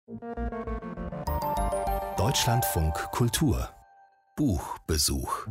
Deutschlandfunk Kultur Buchbesuch.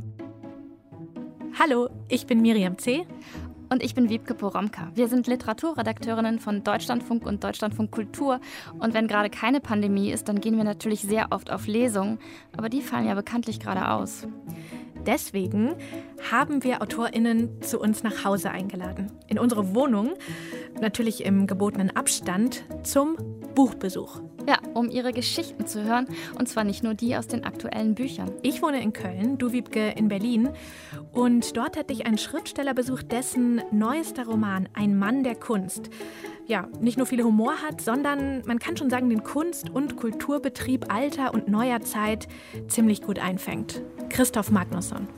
Hallo, ich bin Miriam C. Und ich bin Wiebke Poromka. Wir sind Literaturredakteurinnen von Deutschlandfunk und Deutschlandfunk Kultur. Und wenn gerade keine Pandemie ist, dann gehen wir natürlich sehr oft auf Lesungen. Aber die fallen ja bekanntlich gerade aus. Deswegen haben wir AutorInnen zu uns nach Hause eingeladen. In unsere Wohnung, natürlich im gebotenen Abstand, zum Buchbesuch. Ja, um ihre Geschichten zu hören. Und zwar nicht nur die aus den aktuellen Büchern. Ich wohne in Köln, du Wiebke in Berlin. Und dort hatte ich einen Schriftsteller besucht, dessen neuester Roman Ein Mann der Kunst ja, nicht nur viel Humor hat, sondern man kann schon sagen, den Kunst- und Kulturbetrieb alter und neuer Zeit ziemlich gut einfängt. Christoph Magnusson.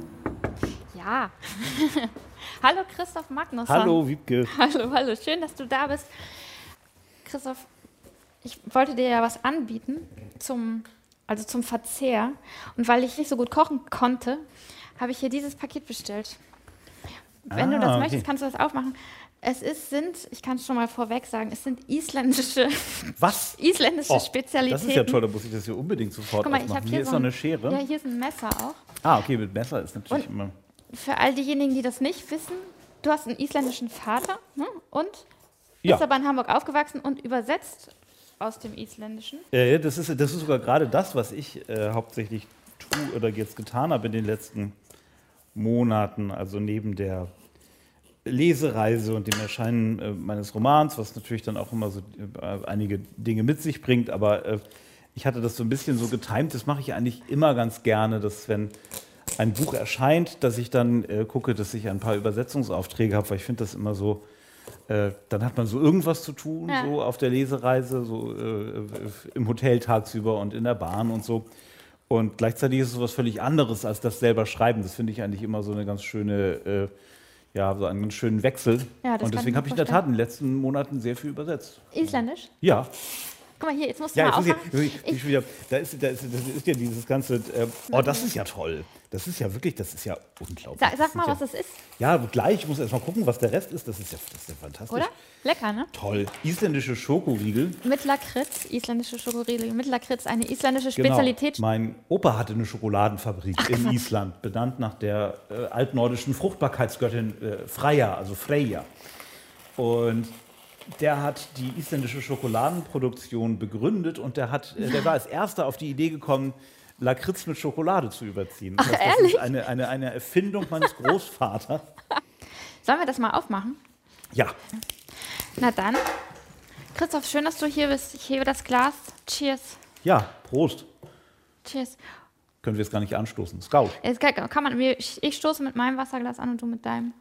Ja. Hallo Christoph Magnusson. Hallo Wiebke. Hallo, schön, dass du da bist. Christoph, ich wollte dir ja was anbieten zum Verzehr. Und weil ich nicht so gut kochen konnte, habe ich hier dieses Paket bestellt. Wenn du das möchtest, kannst du das aufmachen. Ich kann es schon mal vorweg sagen, es sind isländische Spezialitäten. Das ist ja toll, da muss ich das hier unbedingt sofort aufmachen. Hier ist noch eine Schere. Ja, hier ist ein Messer auch. Ah, okay, mit Messer ist natürlich immer... Für all diejenigen, die das nicht wissen, du hast einen isländischen Vater, ne? Und bist aber in Hamburg aufgewachsen und übersetzt aus dem Isländischen. Das ist sogar gerade das, was ich hauptsächlich tue oder jetzt getan habe in den letzten Monaten, also neben der Lesereise und dem Erscheinen meines Romans, was natürlich dann auch immer so einige Dinge mit sich bringt, aber ich hatte das so ein bisschen so getimt, das mache ich eigentlich immer ganz gerne, dass wenn ein Buch erscheint, dass ich dann gucke, dass ich ein paar Übersetzungsaufträge habe, weil ich finde das immer so, dann hat man so irgendwas zu tun, so auf der Lesereise, so im Hotel tagsüber und in der Bahn und so. Und gleichzeitig ist es was völlig anderes als das selber Schreiben. Das finde ich eigentlich immer so eine ganz schöne... so einen ganz schönen Wechsel. Ja, und deswegen habe ich in der Tat in den letzten Monaten sehr viel übersetzt. Isländisch? Ja. Guck mal hier, jetzt musst du mal aufmachen. Da ist ja dieses ganze... das ist ja toll. Das ist ja unglaublich. Sag mal, was das ist. Ja, gleich. Ich muss erst mal gucken, was der Rest ist. Das ist ja fantastisch. Oder? Lecker, ne? Toll. Isländische Schokoriegel. Mit Lakritz. Isländische Schokoriegel mit Lakritz. Eine isländische Spezialität. Genau. Mein Opa hatte eine Schokoladenfabrik in Island, benannt nach der altnordischen Fruchtbarkeitsgöttin Freyja, also Freyja. Und der hat die isländische Schokoladenproduktion begründet und der war als erster auf die Idee gekommen, Lakritz mit Schokolade zu überziehen. Das ist eine Erfindung meines Großvaters. Sollen wir das mal aufmachen? Ja. Na dann. Christoph, schön, dass du hier bist. Ich hebe das Glas. Cheers. Ja, Prost. Cheers. Können wir es gar nicht anstoßen. Scout. Ich stoße mit meinem Wasserglas an und du mit deinem.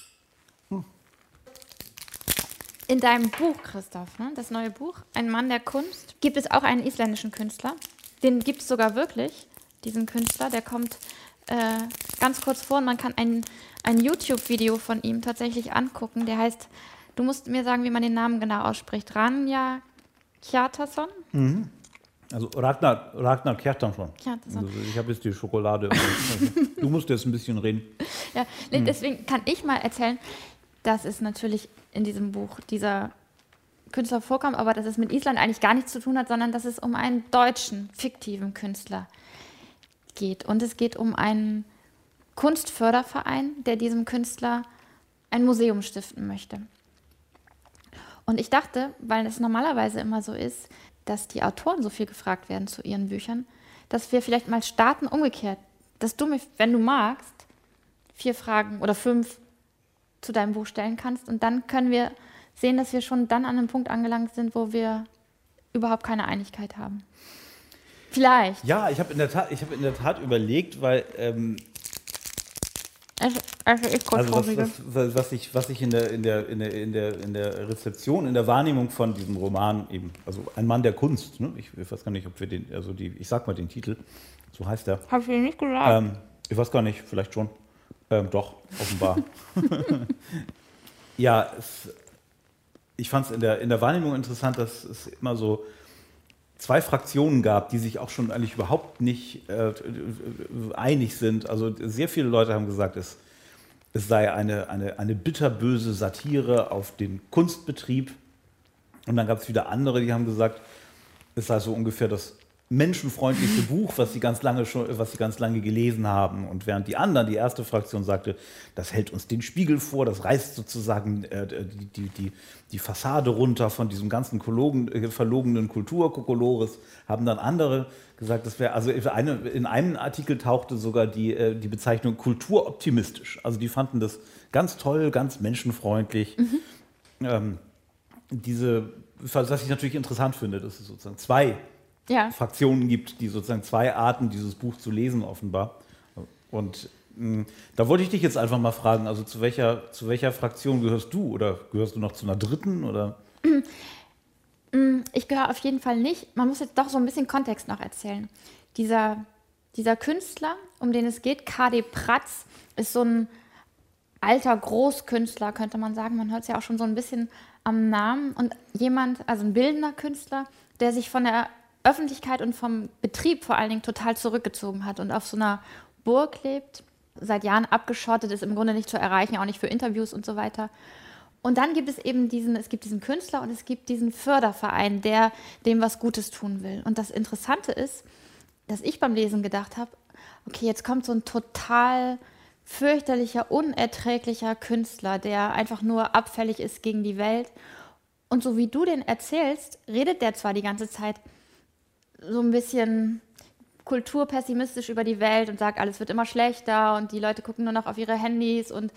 In deinem Buch, Christoph, ne, das neue Buch, Ein Mann der Kunst, gibt es auch einen isländischen Künstler. Den gibt es sogar wirklich, diesen Künstler. Der kommt ganz kurz vor und man kann ein YouTube-Video von ihm tatsächlich angucken. Der heißt, du musst mir sagen, wie man den Namen genau ausspricht. Ragnar Kjartason? Mhm. Also Ragnar Kjartason. Also ich habe jetzt die Schokolade. Du musst jetzt ein bisschen reden. Ja, deswegen kann ich mal erzählen, dass es natürlich in diesem Buch dieser Künstler vorkommt, aber dass es mit Island eigentlich gar nichts zu tun hat, sondern dass es um einen deutschen, fiktiven Künstler geht. Und es geht um einen Kunstförderverein, der diesem Künstler ein Museum stiften möchte. Und ich dachte, weil es normalerweise immer so ist, dass die Autoren so viel gefragt werden zu ihren Büchern, dass wir vielleicht mal starten umgekehrt, dass du mir, wenn du magst, 4 Fragen oder 5 zu deinem Buch stellen kannst und dann können wir sehen, dass wir schon dann an einem Punkt angelangt sind, wo wir überhaupt keine Einigkeit haben. Vielleicht. Ja, ich habe in der Tat überlegt, weil was ich in der Rezeption, in der Wahrnehmung von diesem Roman eben, also Ein Mann der Kunst, ne? Ich weiß gar nicht, ob wir ich sag mal den Titel, so heißt er. Habe ich dir nicht gesagt? Ich weiß gar nicht, vielleicht schon. Doch, offenbar. Ja, ich fand es in der Wahrnehmung interessant, dass es immer so 2 Fraktionen gab, die sich auch schon eigentlich überhaupt nicht einig sind. Also sehr viele Leute haben gesagt, es sei eine bitterböse Satire auf den Kunstbetrieb. Und dann gab es wieder andere, die haben gesagt, ist also ungefähr das menschenfreundlichste Buch, was sie ganz lange gelesen haben. Und während die anderen, die erste Fraktion sagte, das hält uns den Spiegel vor, das reißt sozusagen die Fassade runter von diesem ganzen verlogenen Kulturkokolores, haben dann andere gesagt, das wäre, also in einem Artikel tauchte sogar die Bezeichnung kulturoptimistisch. Also die fanden das ganz toll, ganz menschenfreundlich. Was ich natürlich interessant finde, dass es sozusagen zwei Fraktionen gibt, die sozusagen zwei Arten, dieses Buch zu lesen offenbar. Und da wollte ich dich jetzt einfach mal fragen, also zu welcher Fraktion gehörst du? Oder gehörst du noch zu einer dritten? Oder? Ich gehöre auf jeden Fall nicht. Man muss jetzt doch so ein bisschen Kontext noch erzählen. Dieser Künstler, um den es geht, KD Pratz, ist so ein alter Großkünstler, könnte man sagen. Man hört es ja auch schon so ein bisschen am Namen. Und also ein bildender Künstler, der sich von der Öffentlichkeit und vom Betrieb vor allen Dingen total zurückgezogen hat und auf so einer Burg lebt, seit Jahren abgeschottet ist, im Grunde nicht zu erreichen, auch nicht für Interviews und so weiter. Und dann gibt es eben diesen Künstler und es gibt diesen Förderverein, der dem was Gutes tun will. Und das Interessante ist, dass ich beim Lesen gedacht habe, okay, jetzt kommt so ein total fürchterlicher, unerträglicher Künstler, der einfach nur abfällig ist gegen die Welt. Und so wie du den erzählst, redet der zwar die ganze Zeit so ein bisschen kulturpessimistisch über die Welt und sagt, alles wird immer schlechter und die Leute gucken nur noch auf ihre Handys und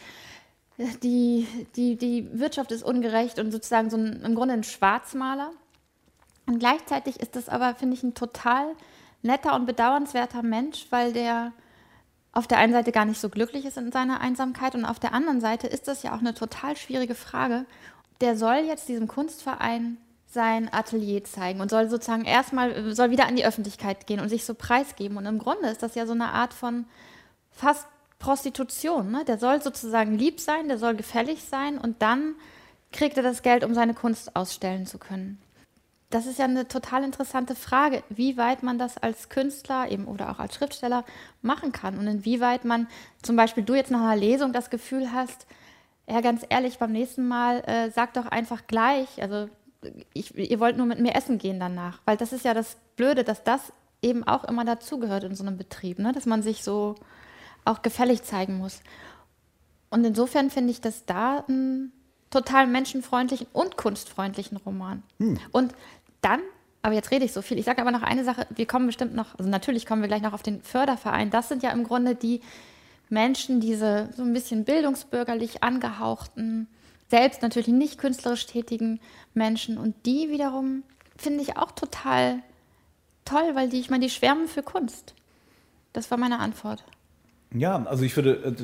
die Wirtschaft ist ungerecht und sozusagen im Grunde ein Schwarzmaler. Und gleichzeitig ist das aber, finde ich, ein total netter und bedauernswerter Mensch, weil der auf der einen Seite gar nicht so glücklich ist in seiner Einsamkeit und auf der anderen Seite ist das ja auch eine total schwierige Frage. Der soll jetzt diesem Kunstverein sein Atelier zeigen und soll sozusagen soll wieder an die Öffentlichkeit gehen und sich so preisgeben. Und im Grunde ist das ja so eine Art von fast Prostitution. Ne? Der soll sozusagen lieb sein, der soll gefällig sein und dann kriegt er das Geld, um seine Kunst ausstellen zu können. Das ist ja eine total interessante Frage, wie weit man das als Künstler eben oder auch als Schriftsteller machen kann und inwieweit man zum Beispiel du jetzt nach einer Lesung das Gefühl hast, ja ganz ehrlich, beim nächsten Mal sag doch einfach gleich, also ihr wollt nur mit mir essen gehen danach, weil das ist ja das Blöde, dass das eben auch immer dazugehört in so einem Betrieb, ne? Dass man sich so auch gefällig zeigen muss. Und insofern finde ich das da einen total menschenfreundlichen und kunstfreundlichen Roman. Und dann, aber jetzt rede ich so viel, ich sage aber noch eine Sache, wir kommen bestimmt noch, also natürlich kommen wir gleich noch auf den Förderverein, das sind ja im Grunde die Menschen, diese so ein bisschen bildungsbürgerlich angehauchten, selbst natürlich nicht künstlerisch tätigen Menschen und die wiederum finde ich auch total toll, weil die schwärmen für Kunst. Das war meine Antwort. Ja, also ich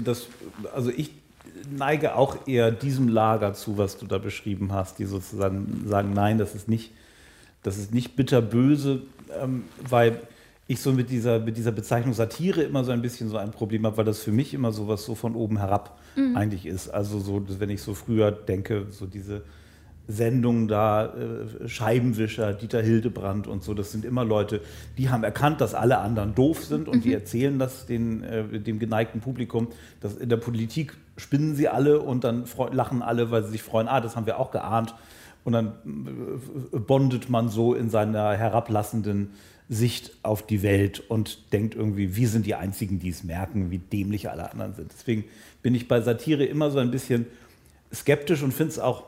neige auch eher diesem Lager zu, was du da beschrieben hast, die sozusagen sagen, nein, das ist nicht bitterböse, weil ich so mit dieser Bezeichnung Satire immer so ein bisschen so ein Problem habe, weil das für mich immer sowas so von oben herab eigentlich ist. Also so, wenn ich so früher denke, so diese Sendungen da, Scheibenwischer, Dieter Hildebrand und so, das sind immer Leute, die haben erkannt, dass alle anderen doof sind und die erzählen das dem geneigten Publikum, dass in der Politik spinnen sie alle und dann lachen alle, weil sie sich freuen, das haben wir auch geahnt. Und dann bondet man so in seiner herablassenden Sicht auf die Welt und denkt irgendwie, wir sind die Einzigen, die es merken, wie dämlich alle anderen sind. Deswegen bin ich bei Satire immer so ein bisschen skeptisch und finde es auch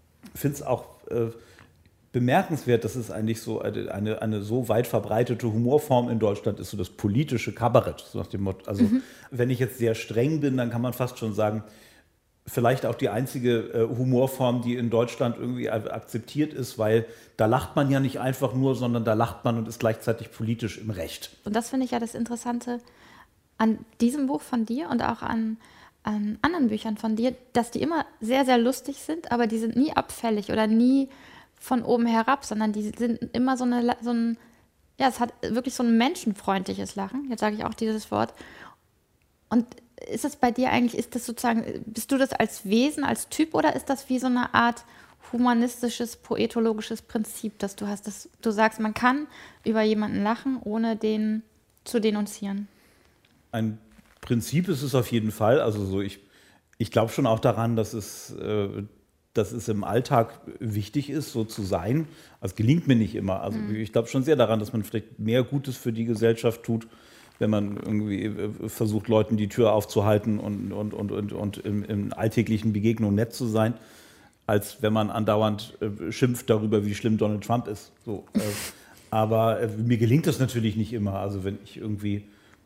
bemerkenswert, dass es eigentlich so eine so weit verbreitete Humorform in Deutschland ist, so das politische Kabarett. So nach dem Motto, also wenn ich jetzt sehr streng bin, dann kann man fast schon sagen, vielleicht auch die einzige Humorform, die in Deutschland irgendwie akzeptiert ist, weil da lacht man ja nicht einfach nur, sondern da lacht man und ist gleichzeitig politisch im Recht. Und das finde ich ja das Interessante an diesem Buch von dir und auch an anderen Büchern von dir, dass die immer sehr, sehr lustig sind, aber die sind nie abfällig oder nie von oben herab, sondern die sind immer es hat wirklich so ein menschenfreundliches Lachen. Jetzt sage ich auch dieses Wort. Und ist es bei dir eigentlich, bist du das als Wesen, als Typ oder ist das wie so eine Art humanistisches, poetologisches Prinzip, das du hast, dass du sagst, man kann über jemanden lachen, ohne den zu denunzieren? Ein Prinzip ist es auf jeden Fall. Also so ich glaube schon auch daran, dass es dass es im Alltag wichtig ist, so zu sein. Das gelingt mir nicht immer. Also ich glaube schon sehr daran, dass man vielleicht mehr Gutes für die Gesellschaft tut, wenn man irgendwie versucht, Leuten die Tür aufzuhalten und in alltäglichen Begegnungen nett zu sein, als wenn man andauernd schimpft darüber, wie schlimm Donald Trump ist. So, aber mir gelingt das natürlich nicht immer. Also wenn ich irgendwie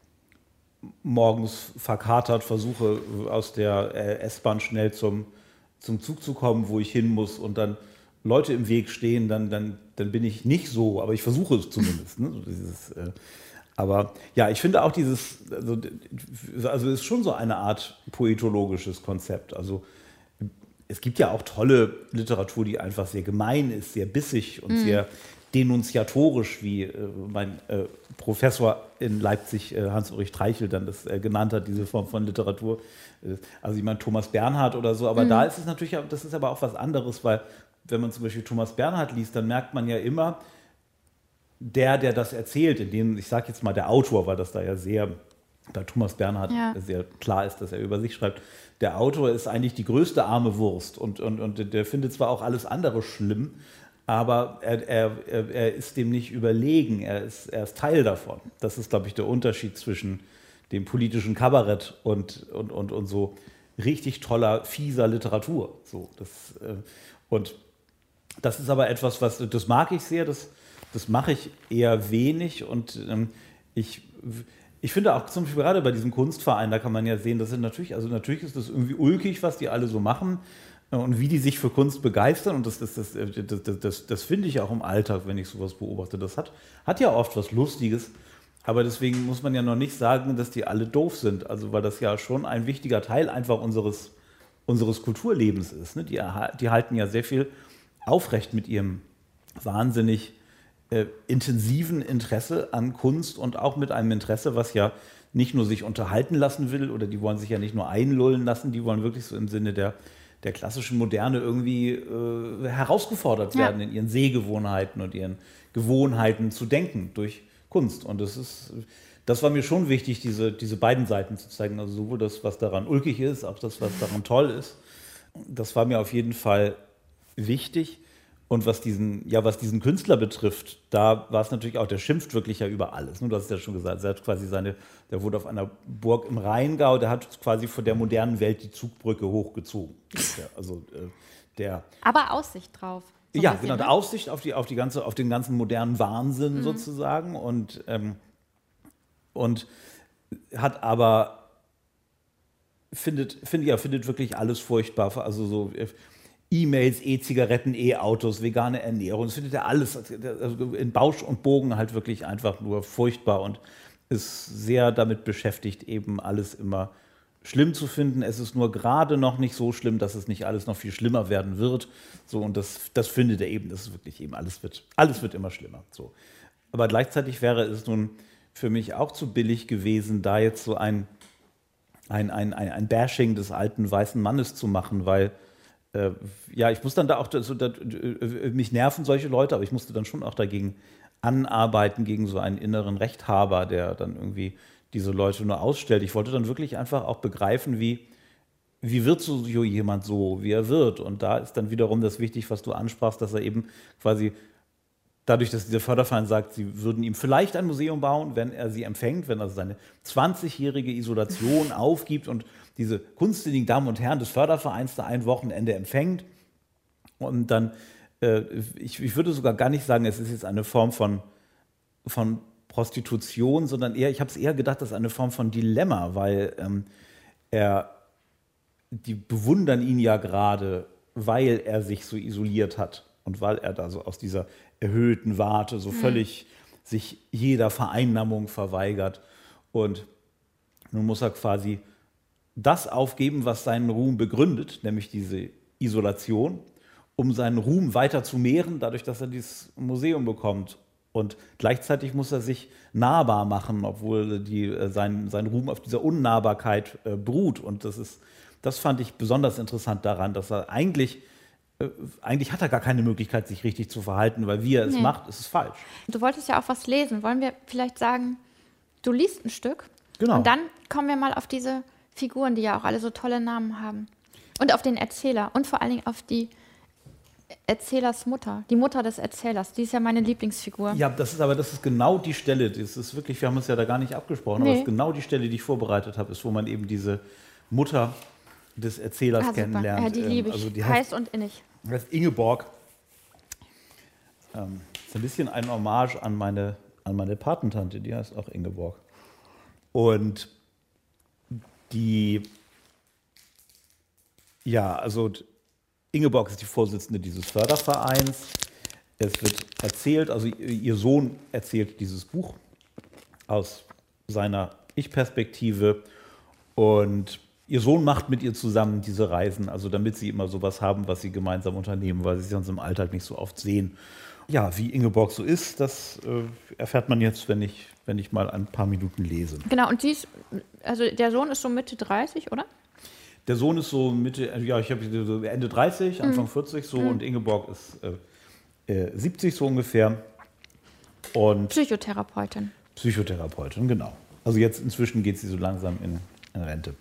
morgens verkatert versuche, aus der S-Bahn schnell zum Zug zu kommen, wo ich hin muss und dann Leute im Weg stehen, dann bin ich nicht so, aber ich versuche es zumindest. Ne? Aber ja, ich finde auch also es ist schon so eine Art poetologisches Konzept. Also es gibt ja auch tolle Literatur, die einfach sehr gemein ist, sehr bissig und sehr denunziatorisch, wie mein Professor in Leipzig, Hans-Ulrich Treichel, dann das genannt hat, diese Form von Literatur. Also ich meine Thomas Bernhard oder so, aber da ist es natürlich, das ist aber auch was anderes, weil wenn man zum Beispiel Thomas Bernhard liest, dann merkt man ja immer, der das erzählt, ich sage jetzt mal der Autor, weil das da ja sehr bei Thomas Bernhard sehr klar ist, dass er über sich schreibt, der Autor ist eigentlich die größte arme Wurst und der findet zwar auch alles andere schlimm, aber er ist dem nicht überlegen, er ist Teil davon. Das ist, glaube ich, der Unterschied zwischen dem politischen Kabarett und so richtig toller, fieser Literatur. So, und das ist aber etwas, das mag ich sehr, das mache ich eher wenig und ich finde auch zum Beispiel gerade bei diesem Kunstverein, da kann man ja sehen, das sind natürlich ist das irgendwie ulkig, was die alle so machen und wie die sich für Kunst begeistern und das finde ich auch im Alltag, wenn ich sowas beobachte. Das hat ja oft was Lustiges, aber deswegen muss man ja noch nicht sagen, dass die alle doof sind, also weil das ja schon ein wichtiger Teil einfach unseres Kulturlebens ist. Ne? Die halten ja sehr viel aufrecht mit ihrem wahnsinnig intensiven Interesse an Kunst und auch mit einem Interesse, was ja nicht nur sich unterhalten lassen will oder die wollen sich ja nicht nur einlullen lassen, die wollen wirklich so im Sinne der klassischen Moderne irgendwie herausgefordert werden in ihren Sehgewohnheiten und ihren Gewohnheiten zu denken durch Kunst. Und das war mir schon wichtig, diese beiden Seiten zu zeigen, also sowohl das, was daran ulkig ist, auch das, was daran toll ist. Das war mir auf jeden Fall wichtig. Und was diesen Künstler betrifft, da war es natürlich auch, der schimpft wirklich ja über alles. Du hast es ja schon gesagt, er hat quasi der wurde auf einer Burg im Rheingau, der hat quasi vor der modernen Welt die Zugbrücke hochgezogen. Aber Aussicht drauf. So ja, bisschen, genau, ne? Aussicht auf den ganzen modernen Wahnsinn sozusagen und hat aber findet wirklich alles furchtbar. Also so E-Mails, E-Zigaretten, E-Autos, vegane Ernährung, das findet er alles also in Bausch und Bogen halt wirklich einfach nur furchtbar und ist sehr damit beschäftigt, eben alles immer schlimm zu finden. Es ist nur gerade noch nicht so schlimm, dass es nicht alles noch viel schlimmer werden wird. So, und das findet er eben, das ist wirklich eben, alles wird immer schlimmer. So. Aber gleichzeitig wäre es nun für mich auch zu billig gewesen, da jetzt so ein Bashing des alten weißen Mannes zu machen, weil ich muss dann da auch, mich nerven solche Leute, aber ich musste dann schon auch dagegen anarbeiten, gegen so einen inneren Rechthaber, der dann irgendwie diese Leute nur ausstellt. Ich wollte dann wirklich einfach auch begreifen, wie wird so jemand so, wie er wird. Und da ist dann wiederum das wichtig, was du ansprachst, dass er eben quasi dadurch, dass dieser Förderverein sagt, sie würden ihm vielleicht ein Museum bauen, wenn er sie empfängt, wenn er seine 20-jährige Isolation aufgibt und diese kunstsinnigen Damen und Herren des Fördervereins da ein Wochenende empfängt. Und dann, ich würde sogar gar nicht sagen, es ist jetzt eine Form von Prostitution, sondern ich habe es eher gedacht, das ist eine Form von Dilemma, weil die bewundern ihn ja gerade, weil er sich so isoliert hat und weil er da so aus dieser erhöhten Warte so völlig sich jeder Vereinnahmung verweigert. Und nun muss er quasi das aufgeben, was seinen Ruhm begründet, nämlich diese Isolation, um seinen Ruhm weiter zu mehren, dadurch, dass er dieses Museum bekommt. Und gleichzeitig muss er sich nahbar machen, obwohl sein Ruhm auf dieser Unnahbarkeit beruht. Und das fand ich besonders interessant daran, dass er eigentlich hat er gar keine Möglichkeit, sich richtig zu verhalten, weil wie er es macht, ist es falsch. Du wolltest ja auch was lesen. Wollen wir vielleicht sagen, du liest ein Stück? Genau. Und dann kommen wir mal auf diese Figuren, die ja auch alle so tolle Namen haben. Und auf den Erzähler und vor allen Dingen auf die Erzählers Mutter, die Mutter des Erzählers, die ist ja meine Lieblingsfigur. Ja, das ist genau die Stelle, das ist wirklich, wir haben uns ja da gar nicht abgesprochen, aber das ist genau die Stelle, die ich vorbereitet habe, ist, wo man eben diese Mutter des Erzählers kennenlernt. Ja, die liebe ich, also die heiß und innig. heißt Ingeborg. Ist ein bisschen ein Hommage an meine Patentante, die heißt auch Ingeborg. Und also Ingeborg ist die Vorsitzende dieses Fördervereins. Es wird erzählt, also ihr Sohn erzählt dieses Buch aus seiner Ich-Perspektive und ihr Sohn macht mit ihr zusammen diese Reisen, also damit sie immer sowas haben, was sie gemeinsam unternehmen, weil sie sich sonst im Alltag nicht so oft sehen. Ja, wie Ingeborg so ist, das erfährt man jetzt, wenn ich mal ein paar Minuten lese. Genau, und der Sohn ist so Mitte 30, oder? Der Sohn ist so ich habe so Ende 30, Anfang 40 so und Ingeborg ist 70 so ungefähr. Und Psychotherapeutin, genau. Also jetzt inzwischen geht sie so langsam in Rente.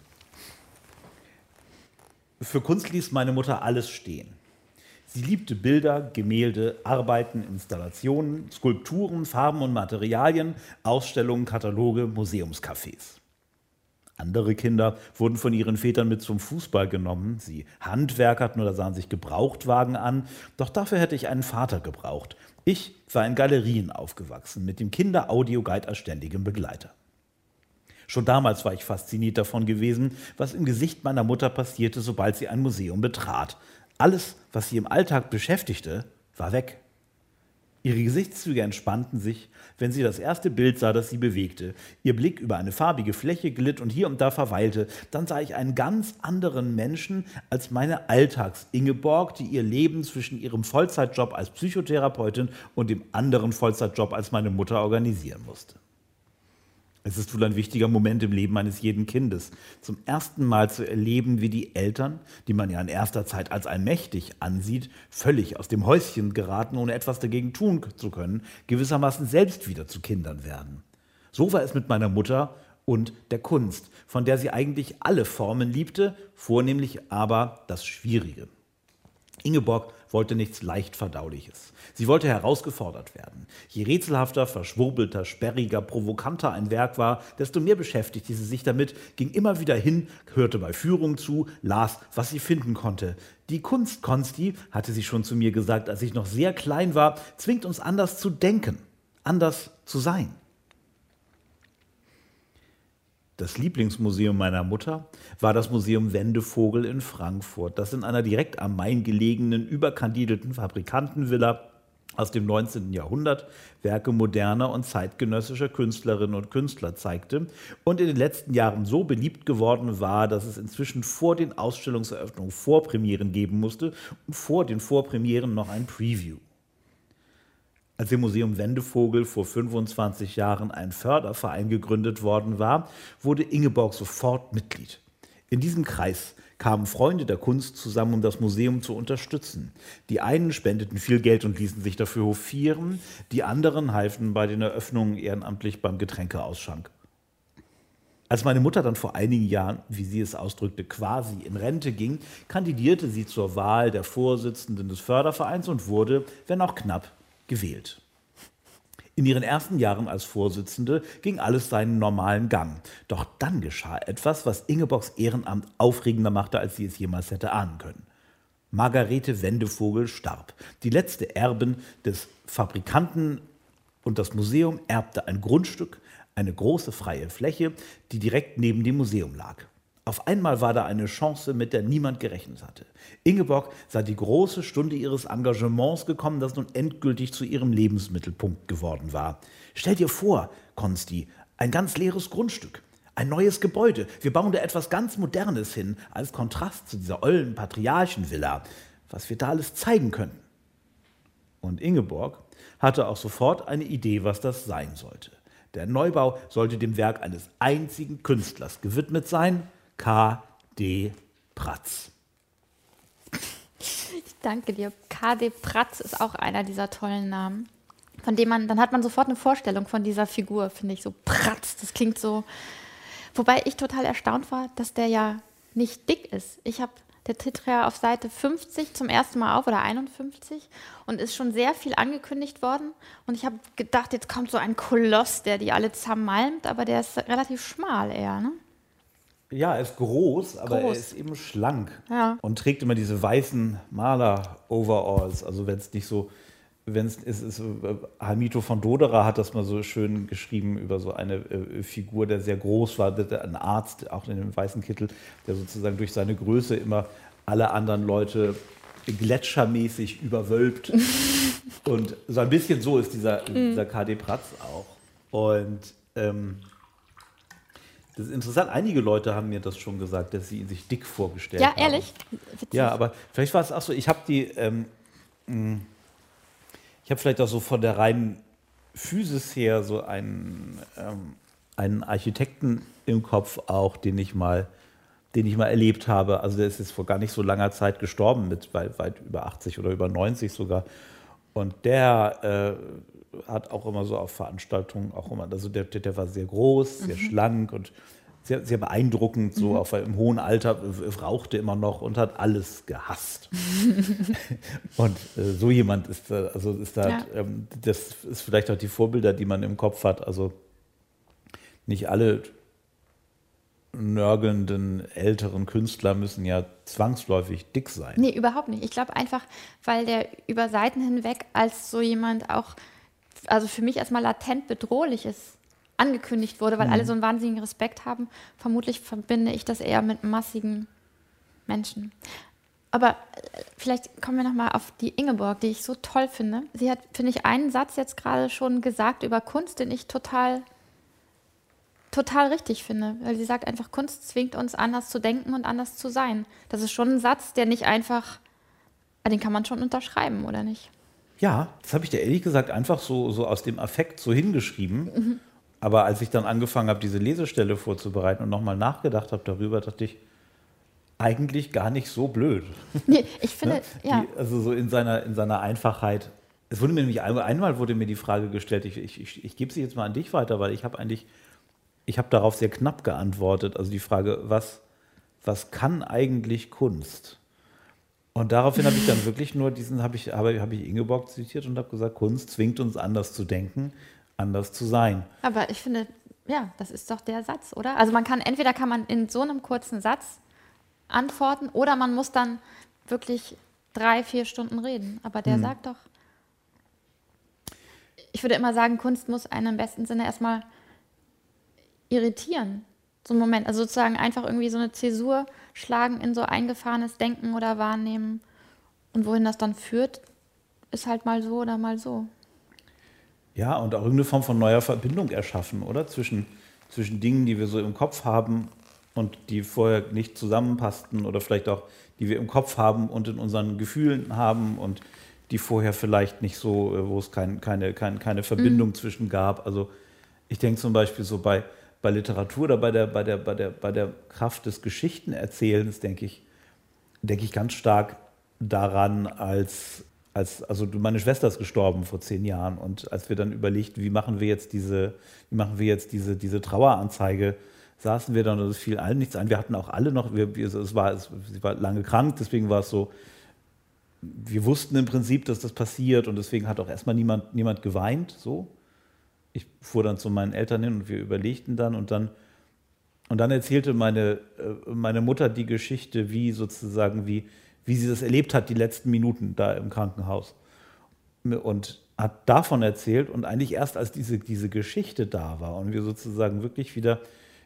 Für Kunst ließ meine Mutter alles stehen. Sie liebte Bilder, Gemälde, Arbeiten, Installationen, Skulpturen, Farben und Materialien, Ausstellungen, Kataloge, Museumscafés. Andere Kinder wurden von ihren Vätern mit zum Fußball genommen. Sie handwerkerten oder sahen sich Gebrauchtwagen an. Doch dafür hätte ich einen Vater gebraucht. Ich war in Galerien aufgewachsen, mit dem Kinder-Audio-Guide als ständigem Begleiter. Schon damals war ich fasziniert davon gewesen, was im Gesicht meiner Mutter passierte, sobald sie ein Museum betrat. Alles, was sie im Alltag beschäftigte, war weg. Ihre Gesichtszüge entspannten sich, wenn sie das erste Bild sah, das sie bewegte. Ihr Blick über eine farbige Fläche glitt und hier und da verweilte. Dann sah ich einen ganz anderen Menschen als meine Alltags-Ingeborg, die ihr Leben zwischen ihrem Vollzeitjob als Psychotherapeutin und dem anderen Vollzeitjob als meine Mutter organisieren musste. Es ist wohl ein wichtiger Moment im Leben eines jeden Kindes, zum ersten Mal zu erleben, wie die Eltern, die man ja in erster Zeit als allmächtig ansieht, völlig aus dem Häuschen geraten, ohne etwas dagegen tun zu können, gewissermaßen selbst wieder zu Kindern werden. So war es mit meiner Mutter und der Kunst, von der sie eigentlich alle Formen liebte, vornehmlich aber das Schwierige. Ingeborg wollte nichts Leichtverdauliches. Sie wollte herausgefordert werden. Je rätselhafter, verschwurbelter, sperriger, provokanter ein Werk war, desto mehr beschäftigte sie sich damit, ging immer wieder hin, hörte bei Führungen zu, las, was sie finden konnte. Die Kunst, Konsti, hatte sie schon zu mir gesagt, als ich noch sehr klein war, zwingt uns anders zu denken, anders zu sein. Das Lieblingsmuseum meiner Mutter war das Museum Wendevogel in Frankfurt, das in einer direkt am Main gelegenen, überkandidelten Fabrikantenvilla aus dem 19. Jahrhundert Werke moderner und zeitgenössischer Künstlerinnen und Künstler zeigte und in den letzten Jahren so beliebt geworden war, dass es inzwischen vor den Ausstellungseröffnungen Vorpremieren geben musste und vor den Vorpremieren noch ein Preview. Als im Museum Wendevogel vor 25 Jahren ein Förderverein gegründet worden war, wurde Ingeborg sofort Mitglied. In diesem Kreis kamen Freunde der Kunst zusammen, um das Museum zu unterstützen. Die einen spendeten viel Geld und ließen sich dafür hofieren, die anderen halfen bei den Eröffnungen ehrenamtlich beim Getränkeausschank. Als meine Mutter dann vor einigen Jahren, wie sie es ausdrückte, quasi in Rente ging, kandidierte sie zur Wahl der Vorsitzenden des Fördervereins und wurde, wenn auch knapp, gewählt. In ihren ersten Jahren als Vorsitzende ging alles seinen normalen Gang. Doch dann geschah etwas, was Ingeborgs Ehrenamt aufregender machte, als sie es jemals hätte ahnen können. Margarete Wendevogel starb. Die letzte Erbin des Fabrikanten und das Museum erbte ein Grundstück, eine große freie Fläche, die direkt neben dem Museum lag. Auf einmal war da eine Chance, mit der niemand gerechnet hatte. Ingeborg sah die große Stunde ihres Engagements gekommen, das nun endgültig zu ihrem Lebensmittelpunkt geworden war. Stell dir vor, Konsti, ein ganz leeres Grundstück, ein neues Gebäude. Wir bauen da etwas ganz Modernes hin, als Kontrast zu dieser ollen Patriarchenvilla, was wir da alles zeigen könnten. Und Ingeborg hatte auch sofort eine Idee, was das sein sollte. Der Neubau sollte dem Werk eines einzigen Künstlers gewidmet sein, K.D. Pratz. Ich danke dir. K.D. Pratz ist auch einer dieser tollen Namen, von dem dann hat man sofort eine Vorstellung von dieser Figur, finde ich, so Pratz, das klingt so. Wobei ich total erstaunt war, dass der ja nicht dick ist. Der tritt ja auf Seite 50 zum ersten Mal auf oder 51 und ist schon sehr viel angekündigt worden. Und ich habe gedacht, jetzt kommt so ein Koloss, der die alle zermalmt, aber der ist relativ schmal eher, ne? Ja, er ist groß, aber er ist eben schlank und trägt immer diese weißen Maler-Overalls. Also wenn es nicht so, Hamito von Doderer hat das mal so schön geschrieben über so eine Figur, der sehr groß war, ein Arzt, auch in dem weißen Kittel, der sozusagen durch seine Größe immer alle anderen Leute gletschermäßig überwölbt. Und so ein bisschen so ist dieser KD Pratz auch. Und das ist interessant, einige Leute haben mir das schon gesagt, dass sie ihn sich dick vorgestellt haben. Ja, ehrlich? Witzig. Ja, aber vielleicht war es auch so, ich habe vielleicht auch so von der reinen Physis her so einen Architekten im Kopf auch, den ich mal erlebt habe. Also der ist jetzt vor gar nicht so langer Zeit gestorben, mit weit über 80 oder über 90 sogar. Und der hat auch immer so auf Veranstaltungen also der war sehr groß, sehr schlank und sehr, sehr beeindruckend, so auch im hohen Alter, rauchte immer noch und hat alles gehasst. Und so jemand ist da, das ist vielleicht auch die Vorbilder, die man im Kopf hat. Also nicht alle nörgelnden älteren Künstler müssen ja zwangsläufig dick sein. Nee, überhaupt nicht. Ich glaube einfach, weil der über Seiten hinweg als so jemand auch, also für mich erstmal latent bedrohlich ist, angekündigt wurde, weil alle so einen wahnsinnigen Respekt haben. Vermutlich verbinde ich das eher mit massigen Menschen. Aber vielleicht kommen wir nochmal auf die Ingeborg, die ich so toll finde. Sie hat, finde ich, einen Satz jetzt gerade schon gesagt über Kunst, den ich total richtig finde. Weil sie sagt einfach, Kunst zwingt uns anders zu denken und anders zu sein. Das ist schon ein Satz, der nicht einfach, den kann man schon unterschreiben, oder nicht? Ja, das habe ich dir ehrlich gesagt einfach so aus dem Affekt so hingeschrieben. Aber als ich dann angefangen habe, diese Lesestelle vorzubereiten und nochmal nachgedacht habe darüber, dachte ich, eigentlich gar nicht so blöd. Nee, ich finde, ne? ja. Also so in seiner Einfachheit. Es wurde mir nämlich einmal wurde mir die Frage gestellt, ich gebe sie jetzt mal an dich weiter, weil ich habe darauf sehr knapp geantwortet. Also die Frage, was kann eigentlich Kunst? Und daraufhin habe ich dann wirklich nur habe ich Ingeborg zitiert und habe gesagt, Kunst zwingt uns anders zu denken, anders zu sein. Aber ich finde, ja, das ist doch der Satz, oder? Also entweder kann man in so einem kurzen Satz antworten oder man muss dann wirklich 3-4 Stunden reden. Aber der sagt doch, ich würde immer sagen, Kunst muss einen im besten Sinne erstmal irritieren. So einen Moment, also sozusagen einfach irgendwie so eine Zäsur schlagen in so eingefahrenes Denken oder Wahrnehmen. Und wohin das dann führt, ist halt mal so oder mal so. Ja, und auch irgendeine Form von neuer Verbindung erschaffen, oder? Zwischen Dingen, die wir so im Kopf haben und die vorher nicht zusammenpassten oder vielleicht auch, die wir im Kopf haben und in unseren Gefühlen haben und die vorher vielleicht nicht so, wo es keine Verbindung zwischen gab. Also ich denke zum Beispiel so bei Literatur oder bei der Kraft des Geschichtenerzählens denke ich ganz stark daran, also meine Schwester ist gestorben vor 10 Jahren und als wir dann überlegt, wie machen wir jetzt diese Traueranzeige, saßen wir dann und es fiel allen nichts ein. Wir hatten auch alle noch, sie war lange krank, deswegen war es so, wir wussten im Prinzip, dass das passiert und deswegen hat auch erstmal niemand geweint, so. Ich fuhr dann zu meinen Eltern hin und wir überlegten dann und dann erzählte meine Mutter die Geschichte, wie sie das erlebt hat, die letzten Minuten da im Krankenhaus. Und hat davon erzählt und eigentlich erst als diese Geschichte da war und wir sozusagen wirklich wieder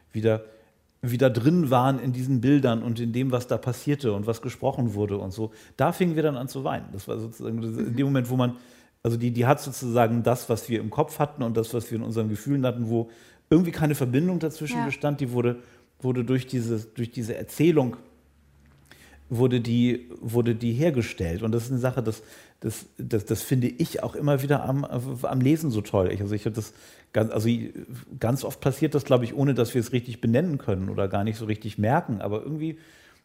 drin waren in diesen Bildern und in dem, was da passierte und was gesprochen wurde und so, da fingen wir dann an zu weinen. Das war sozusagen in dem Moment, wo man, also die hat sozusagen das, was wir im Kopf hatten und das, was wir in unseren Gefühlen hatten, wo irgendwie keine Verbindung dazwischen bestand, die wurde durch diese Erzählung wurde die hergestellt. Und das ist eine Sache, das finde ich auch immer wieder am Lesen so toll. Ich habe das ganz oft passiert das, glaube ich, ohne dass wir es richtig benennen können oder gar nicht so richtig merken. Aber irgendwie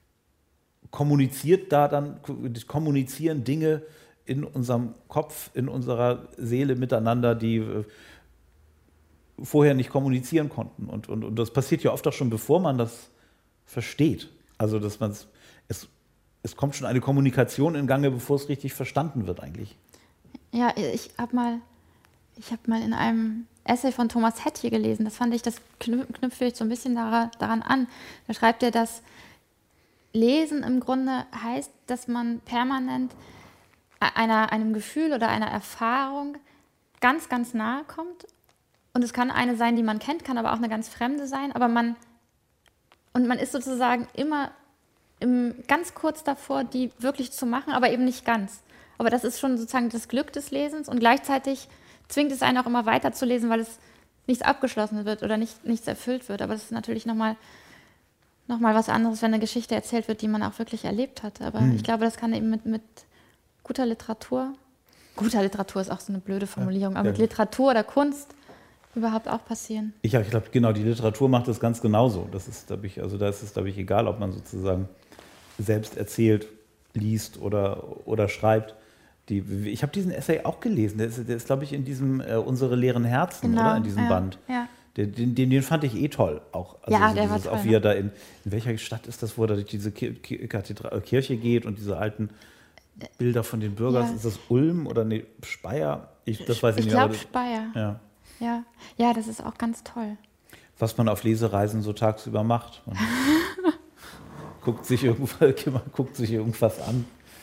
kommunizieren Dinge in unserem Kopf, in unserer Seele miteinander, die vorher nicht kommunizieren konnten. Und das passiert ja oft auch schon, bevor man das versteht. Also, dass man es es kommt schon eine Kommunikation in Gange, bevor es richtig verstanden wird eigentlich. Ja, ich habe mal in einem Essay von Thomas Hettje gelesen, das knüpft vielleicht so ein bisschen daran an. Da schreibt er, dass Lesen im Grunde heißt, dass man permanent einem Gefühl oder einer Erfahrung ganz, ganz nahe kommt. Und es kann eine sein, die man kennt, kann aber auch eine ganz fremde sein. Aber man ist sozusagen immer ganz kurz davor, die wirklich zu machen, aber eben nicht ganz. Aber das ist schon sozusagen das Glück des Lesens und gleichzeitig zwingt es einen auch immer weiter zu lesen, weil es nichts abgeschlossen wird oder nichts erfüllt wird. Aber das ist natürlich nochmal was anderes, wenn eine Geschichte erzählt wird, die man auch wirklich erlebt hat. Aber ich glaube, das kann eben mit guter Literatur ist auch so eine blöde Formulierung, aber mit Literatur oder Kunst überhaupt auch passieren. Ich glaube, genau, die Literatur macht das ganz genauso. Da ist es, glaube ich, egal, ob man sozusagen selbst erzählt, liest oder schreibt. Ich habe diesen Essay auch gelesen. Der ist glaube ich, in diesem Unsere leeren Herzen, genau, oder? In diesem Band. Ja. Den fand ich toll. Auch, also ja, der war toll. Auch wie er da in welcher Stadt ist das, wo er durch diese Kirche geht und diese alten Bilder von den Bürgern. Ja. Ist das Ulm oder Speyer? Das weiß ich nicht. Ich glaube Speyer. Ja, das ist auch ganz toll. Was man auf Lesereisen so tagsüber macht. Man guckt sich irgendwas an.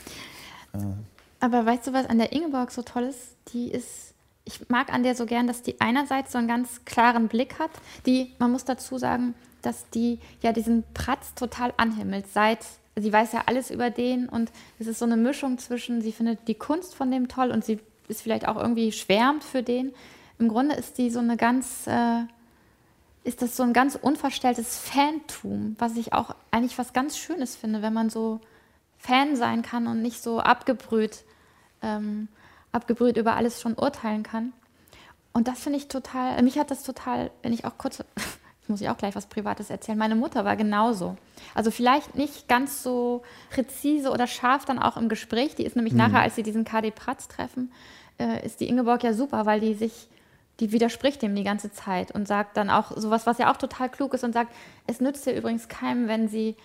Aber weißt du, was an der Ingeborg so toll ist? Ich mag an der so gern, dass die einerseits so einen ganz klaren Blick hat. Man muss dazu sagen, dass die ja diesen Pratz total anhimmelt. Sie weiß ja alles über den und es ist so eine Mischung zwischen, sie findet die Kunst von dem toll und sie ist vielleicht auch irgendwie schwärmt für den. Im Grunde ist die ist das so ein ganz unverstelltes Fantum, was ich auch eigentlich was ganz Schönes finde, wenn man so Fan sein kann und nicht so abgebrüht über alles schon urteilen kann. Und das finde ich total, mich hat das total, wenn ich auch kurz, jetzt muss ich auch gleich was Privates erzählen, meine Mutter war genauso. Also vielleicht nicht ganz so präzise oder scharf dann auch im Gespräch, die ist nämlich nachher, als sie diesen KD Pratz treffen, ist die Ingeborg ja super, weil die widerspricht dem die ganze Zeit und sagt dann auch sowas, was ja auch total klug ist und sagt, es nützt ja übrigens keinem, wenn sie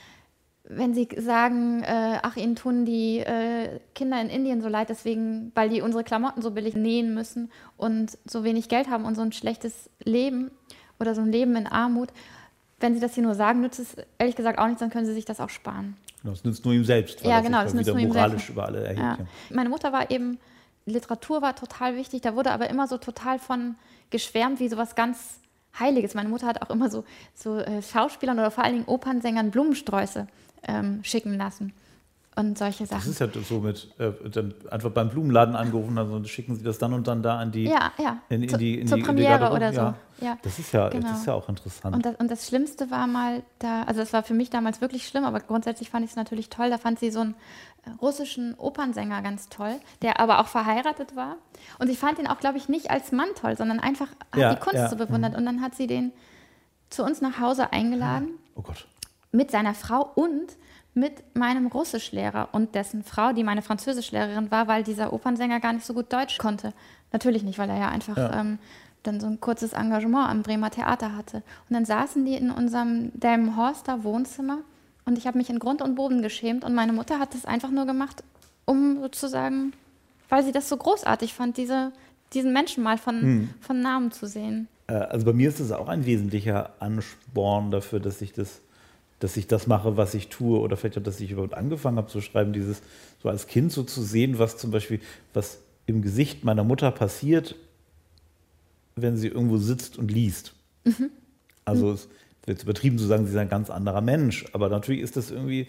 sagen, ach, ihnen tun die Kinder in Indien so leid, deswegen, weil die unsere Klamotten so billig nähen müssen und so wenig Geld haben und so ein schlechtes Leben oder so ein Leben in Armut. Wenn sie das hier nur sagen, nützt es ehrlich gesagt auch nichts, dann können sie sich das auch sparen. Genau, es nützt nur ihm selbst, weil das sich wieder moralisch selbst. über alle erhebt. Ja. Meine Mutter war eben, Literatur war total wichtig, da wurde aber immer so total von geschwärmt, wie sowas ganz Heiliges. Meine Mutter hat auch immer so Schauspielern oder vor allen Dingen Opernsängern Blumensträuße schicken lassen und solche Sachen. Das ist ja so dann einfach beim Blumenladen angerufen, also schicken sie das dann und dann da an die zur Premiere oder so. Ja. Das ist ja auch interessant. Und das Schlimmste war mal also das war für mich damals wirklich schlimm, aber grundsätzlich fand ich es natürlich toll. Da fand sie so einen russischen Opernsänger ganz toll, der aber auch verheiratet war. Und sie fand ihn auch, glaube ich, nicht als Mann toll, sondern einfach hat die Kunst so bewundert. Und dann hat sie den zu uns nach Hause eingeladen. Oh Gott. Mit seiner Frau und mit meinem Russischlehrer und dessen Frau, die meine Französischlehrerin war, weil dieser Opernsänger gar nicht so gut Deutsch konnte. Natürlich nicht, weil er ja einfach dann so ein kurzes Engagement am Bremer Theater hatte. Und dann saßen die in unserem Delmenhorster Wohnzimmer und ich habe mich in Grund und Boden geschämt und meine Mutter hat das einfach nur gemacht, um sozusagen, weil sie das so großartig fand, diesen Menschen mal von Namen zu sehen. Also bei mir ist das auch ein wesentlicher Ansporn dafür, dass ich das mache, was ich tue, oder vielleicht auch, dass ich überhaupt angefangen habe zu schreiben, dieses so als Kind so zu sehen, was im Gesicht meiner Mutter passiert, wenn sie irgendwo sitzt und liest. Also es wird übertrieben zu sagen, sie ist ein ganz anderer Mensch, aber natürlich ist das irgendwie,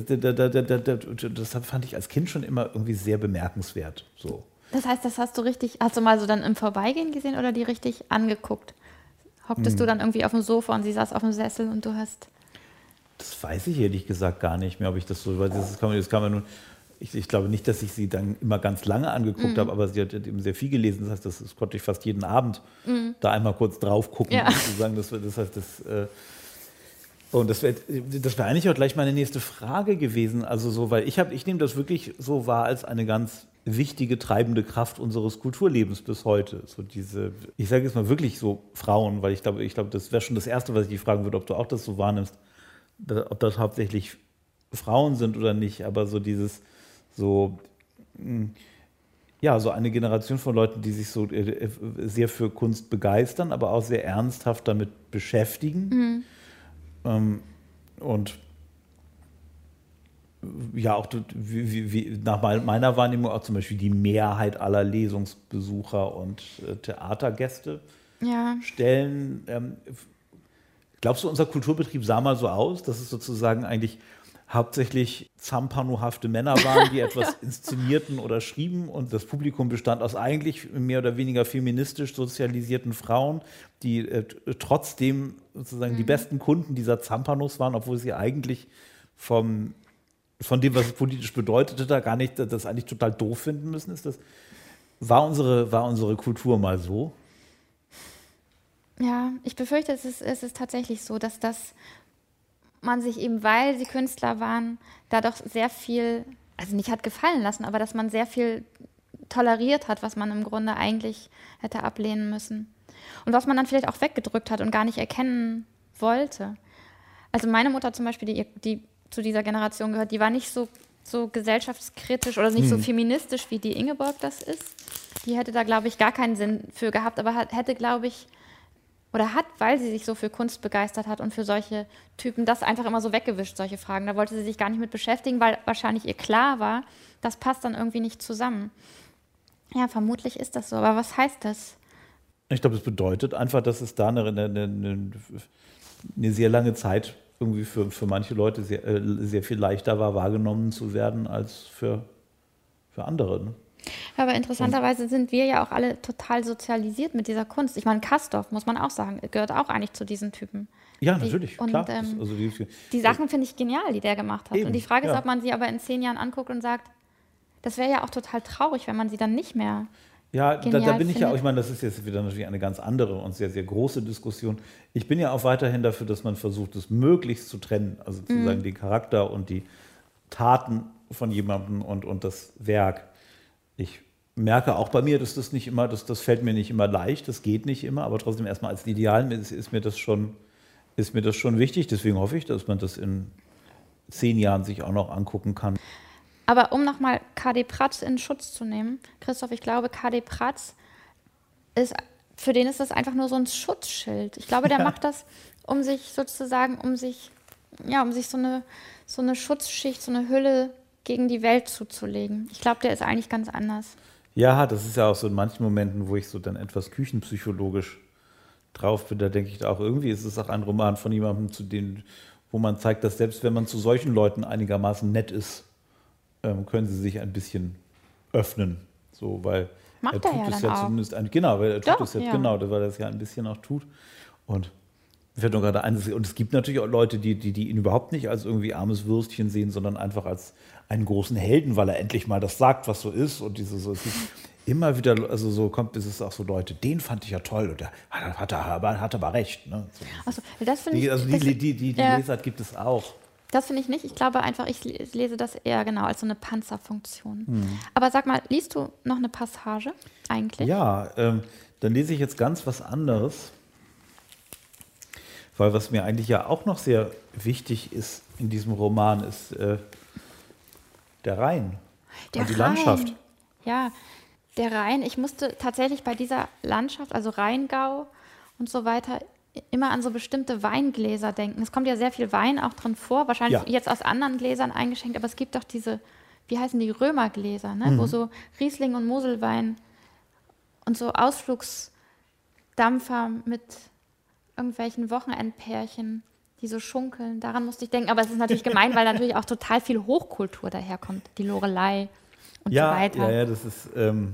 das fand ich als Kind schon immer irgendwie sehr bemerkenswert. So. Das heißt, hast du mal so dann im Vorbeigehen gesehen oder die richtig angeguckt? Hocktest du dann irgendwie auf dem Sofa und sie saß auf dem Sessel und du hast... Das weiß ich ehrlich gesagt gar nicht mehr, ob ich das so, weil das kann man nun, ich glaube nicht, dass ich sie dann immer ganz lange angeguckt habe, aber sie hat eben sehr viel gelesen, das heißt, das konnte ich fast jeden Abend da einmal kurz drauf gucken, sozusagen. Das heißt, das wäre eigentlich auch gleich meine nächste Frage gewesen, also so, weil ich nehme das wirklich so wahr als eine ganz wichtige, treibende Kraft unseres Kulturlebens bis heute. So ich sage jetzt mal wirklich so Frauen, weil ich glaube, das wäre schon das Erste, was ich dich fragen würde, ob du auch das so wahrnimmst, ob das hauptsächlich Frauen sind oder nicht, aber so dieses, so, ja, so eine Generation von Leuten, die sich so sehr für Kunst begeistern, aber auch sehr ernsthaft damit beschäftigen. Und ja, auch nach meiner Wahrnehmung auch zum Beispiel die Mehrheit aller Lesungsbesucher und Theatergäste stellen. Glaubst du, unser Kulturbetrieb sah mal so aus, dass es sozusagen eigentlich hauptsächlich zampanohafte Männer waren, die etwas inszenierten oder schrieben und das Publikum bestand aus eigentlich mehr oder weniger feministisch sozialisierten Frauen, die trotzdem sozusagen die besten Kunden dieser Zampanos waren, obwohl sie eigentlich von dem, was es politisch bedeutete, da gar nicht das eigentlich total doof finden müssen? War unsere Kultur mal so? Ja, ich befürchte, es ist tatsächlich so, dass man sich eben, weil sie Künstler waren, da doch sehr viel, also nicht hat gefallen lassen, aber dass man sehr viel toleriert hat, was man im Grunde eigentlich hätte ablehnen müssen. Und was man dann vielleicht auch weggedrückt hat und gar nicht erkennen wollte. Also meine Mutter zum Beispiel, die zu dieser Generation gehört, die war nicht so gesellschaftskritisch oder nicht so feministisch, wie die Ingeborg das ist. Die hätte da, glaube ich, gar keinen Sinn für gehabt, aber hätte, glaube ich, weil sie sich so für Kunst begeistert hat und für solche Typen, das einfach immer so weggewischt, solche Fragen. Da wollte sie sich gar nicht mit beschäftigen, weil wahrscheinlich ihr klar war, das passt dann irgendwie nicht zusammen. Ja, vermutlich ist das so, aber was heißt das? Ich glaube, das bedeutet einfach, dass es da eine sehr lange Zeit irgendwie für manche Leute sehr viel leichter war, wahrgenommen zu werden als für andere. Ne? Aber interessanterweise sind wir ja auch alle total sozialisiert mit dieser Kunst. Ich meine, Castorf, muss man auch sagen, gehört auch eigentlich zu diesen Typen. Ja, natürlich, klar. Die Sachen finde ich genial, die der gemacht hat. Eben, und die Frage ist, ja. ob man sie aber in 10 Jahren anguckt und sagt, das wäre ja auch total traurig, wenn man sie dann nicht mehr Ja, da bin ich findet. ja auch, ich meine, das ist jetzt wieder natürlich eine ganz andere und sehr, sehr große Diskussion. Ich bin ja auch weiterhin dafür, dass man versucht, es möglichst zu trennen, also sozusagen den Charakter und die Taten von jemandem und das Werk. Ich merke auch bei mir, dass das nicht immer, das fällt mir nicht immer leicht, das geht nicht immer, aber trotzdem erstmal als Ideal ist mir das schon wichtig. Deswegen hoffe ich, dass man das in 10 Jahren sich auch noch angucken kann. Aber um nochmal KD Pratz in Schutz zu nehmen, Christoph, ich glaube, KD Pratz für den ist das einfach nur so ein Schutzschild. Ich glaube, der macht das, um sich sozusagen, um sich so eine Schutzschicht, so eine Hülle gegen die Welt zuzulegen. Ich glaube, der ist eigentlich ganz anders. Ja, das ist ja auch so in manchen Momenten, wo ich so dann etwas küchenpsychologisch drauf bin, da denke ich auch, irgendwie ist es auch ein Roman von jemandem, wo man zeigt, dass selbst wenn man zu solchen Leuten einigermaßen nett ist, können sie sich ein bisschen öffnen. So, weil Macht er er tut ja es dann ja auch. zumindest weil er tut Doch, es jetzt ja. genau, weil er es ja ein bisschen auch tut. Und mir fällt nur gerade ein, und es gibt natürlich auch Leute, die ihn überhaupt nicht als irgendwie armes Würstchen sehen, sondern einfach als einen großen Helden, weil er endlich mal das sagt, was so ist. Und es gibt immer wieder, also so kommt es auch so Leute, den fand ich ja toll und der hat aber recht. Ne? So, Achso, das finde ich. Die Lesart gibt es auch. Das finde ich nicht. Ich glaube einfach, ich lese das eher genau als so eine Panzerfunktion. Aber sag mal, liest du noch eine Passage eigentlich? Ja, dann lese ich jetzt ganz was anderes. Weil was mir eigentlich ja auch noch sehr wichtig ist in diesem Roman, ist der Rhein und die Landschaft. Ja, der Rhein. Ich musste tatsächlich bei dieser Landschaft, also Rheingau und so weiter, immer an so bestimmte Weingläser denken. Es kommt ja sehr viel Wein auch drin vor, wahrscheinlich jetzt aus anderen Gläsern eingeschenkt, aber es gibt doch diese, wie heißen die, Römergläser, ne? Wo so Riesling und Moselwein und so Ausflugsdampfer mit irgendwelchen Wochenendpärchen, die so schunkeln. Daran musste ich denken. Aber es ist natürlich gemein, weil natürlich auch total viel Hochkultur daherkommt. Die Loreley und so weiter. Ja, das ist...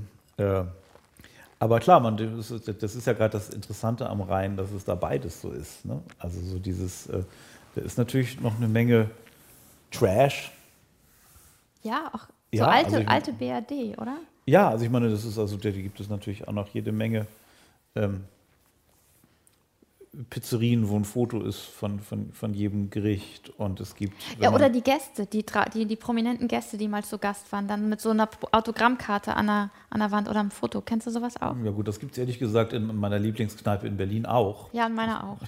aber klar, das ist ja gerade das Interessante am Rhein, dass es da beides so ist. Ne? Also so dieses... da ist natürlich noch eine Menge Trash. Ja, auch so Ja, alte BRD, oder? Ja, also ich meine, das ist also, da gibt es natürlich auch noch jede Menge Pizzerien, wo ein Foto ist von jedem Gericht und es gibt... Ja, oder die Gäste, die prominenten Gäste, die mal zu Gast waren, dann mit so einer Autogrammkarte an der Wand oder am Foto. Kennst du sowas auch? Ja gut, das gibt es ehrlich gesagt in meiner Lieblingskneipe in Berlin auch. Ja, in meiner auch.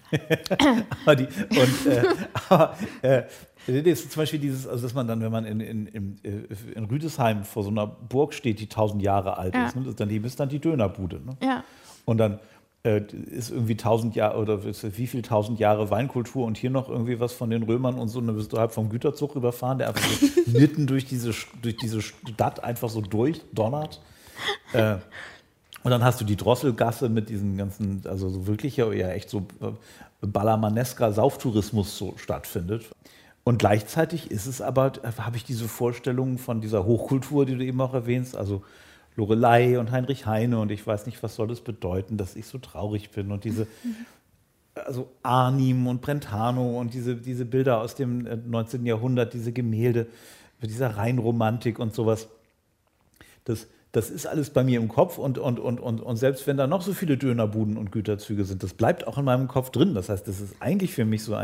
Das ist zum Beispiel dieses, also dass man dann, wenn man in Rüdesheim vor so einer Burg steht, die 1000 Jahre alt ist, ne, daneben ist dann die Dönerbude. Ne? Ja. Und dann ist irgendwie 1000 Jahre oder wie viel 1000 Jahre Weinkultur und hier noch irgendwie was von den Römern und so, und dann bist du halb vom Güterzug überfahren, der einfach so mitten durch diese Stadt einfach so durchdonnert. Und dann hast du die Drosselgasse mit diesen ganzen, also so wirklich ja echt so ballermannesker Sauftourismus so stattfindet. Und gleichzeitig ist es aber, habe ich diese Vorstellungen von dieser Hochkultur, die du eben auch erwähnst, also Loreley und Heinrich Heine und ich weiß nicht, was soll das bedeuten, dass ich so traurig bin und diese, also Arnim und Brentano und diese Bilder aus dem 19. Jahrhundert, diese Gemälde mit dieser Rheinromantik und sowas, das ist alles bei mir im Kopf und selbst wenn da noch so viele Dönerbuden und Güterzüge sind, das bleibt auch in meinem Kopf drin. Das heißt, das ist eigentlich für mich so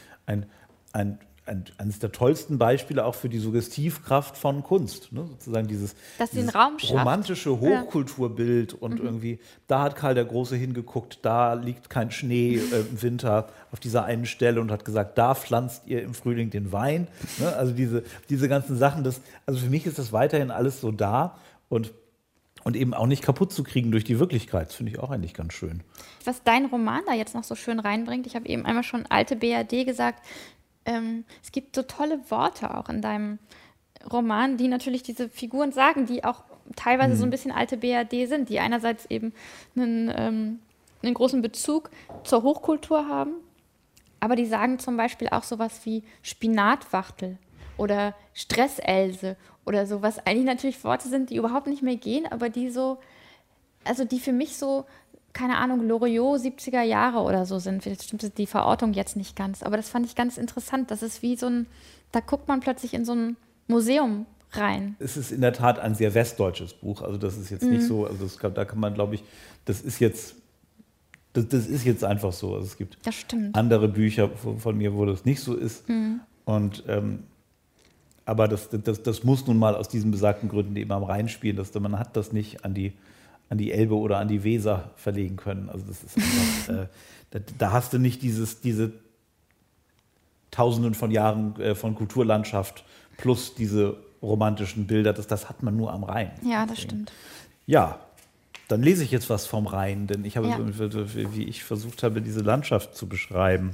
eines der tollsten Beispiele auch für die Suggestivkraft von Kunst. Ne? Sozusagen dieses romantische Hochkulturbild und irgendwie, da hat Karl der Große hingeguckt, da liegt kein Schnee im Winter auf dieser einen Stelle und hat gesagt, da pflanzt ihr im Frühling den Wein. Ne? Also diese ganzen Sachen, also für mich ist das weiterhin alles so da und eben auch nicht kaputt zu kriegen durch die Wirklichkeit. Das finde ich auch eigentlich ganz schön. Was dein Roman da jetzt noch so schön reinbringt, ich habe eben einmal schon alte BRD gesagt, es gibt so tolle Worte auch in deinem Roman, die natürlich diese Figuren sagen, die auch teilweise so ein bisschen alte BRD sind, die einerseits eben einen großen Bezug zur Hochkultur haben, aber die sagen zum Beispiel auch sowas wie Spinatwachtel oder Stresselse oder so, was eigentlich natürlich Worte sind, die überhaupt nicht mehr gehen, aber die so, also die für mich so, keine Ahnung, Loriot 70er Jahre oder so sind. Vielleicht stimmt die Verortung jetzt nicht ganz, aber das fand ich ganz interessant. Das ist wie so da guckt man plötzlich in so ein Museum rein. Es ist in der Tat ein sehr westdeutsches Buch, also das ist jetzt nicht so, also da kann man, glaube ich, das ist jetzt einfach so. Also es gibt andere Bücher von mir, wo das nicht so ist. Und aber das muss nun mal aus diesen besagten Gründen eben am Rhein spielen, man hat das nicht an die Elbe oder an die Weser verlegen können. Also das ist einfach, da hast du nicht diese Tausenden von Jahren von Kulturlandschaft plus diese romantischen Bilder, das hat man nur am Rhein. Ja, das stimmt. Ja, dann lese ich jetzt was vom Rhein, denn ich habe, wie ich versucht habe, diese Landschaft zu beschreiben.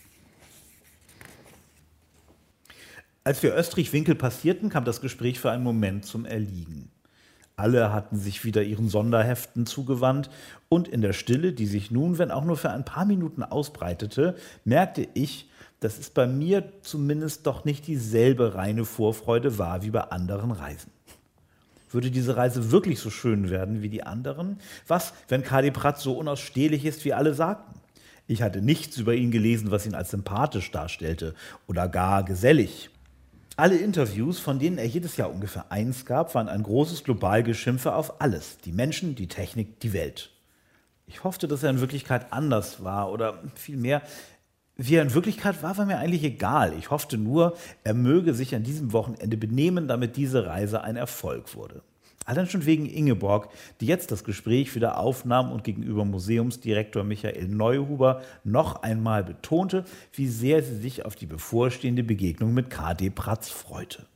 Als wir Österreich-Winkel passierten, kam das Gespräch für einen Moment zum Erliegen. Alle hatten sich wieder ihren Sonderheften zugewandt und in der Stille, die sich nun, wenn auch nur für ein paar Minuten ausbreitete, merkte ich, dass es bei mir zumindest doch nicht dieselbe reine Vorfreude war wie bei anderen Reisen. Würde diese Reise wirklich so schön werden wie die anderen? Was, wenn Kadi Pratz so unausstehlich ist, wie alle sagten? Ich hatte nichts über ihn gelesen, was ihn als sympathisch darstellte oder gar gesellig. Alle Interviews, von denen er jedes Jahr ungefähr eins gab, waren ein großes Globalgeschimpfe auf alles. Die Menschen, die Technik, die Welt. Ich hoffte, dass er in Wirklichkeit anders war oder vielmehr, wie er in Wirklichkeit war mir eigentlich egal. Ich hoffte nur, er möge sich an diesem Wochenende benehmen, damit diese Reise ein Erfolg wurde. Allein schon wegen Ingeborg, die jetzt das Gespräch wieder aufnahm und gegenüber Museumsdirektor Michael Neuhuber noch einmal betonte, wie sehr sie sich auf die bevorstehende Begegnung mit Kadi Pratz freute.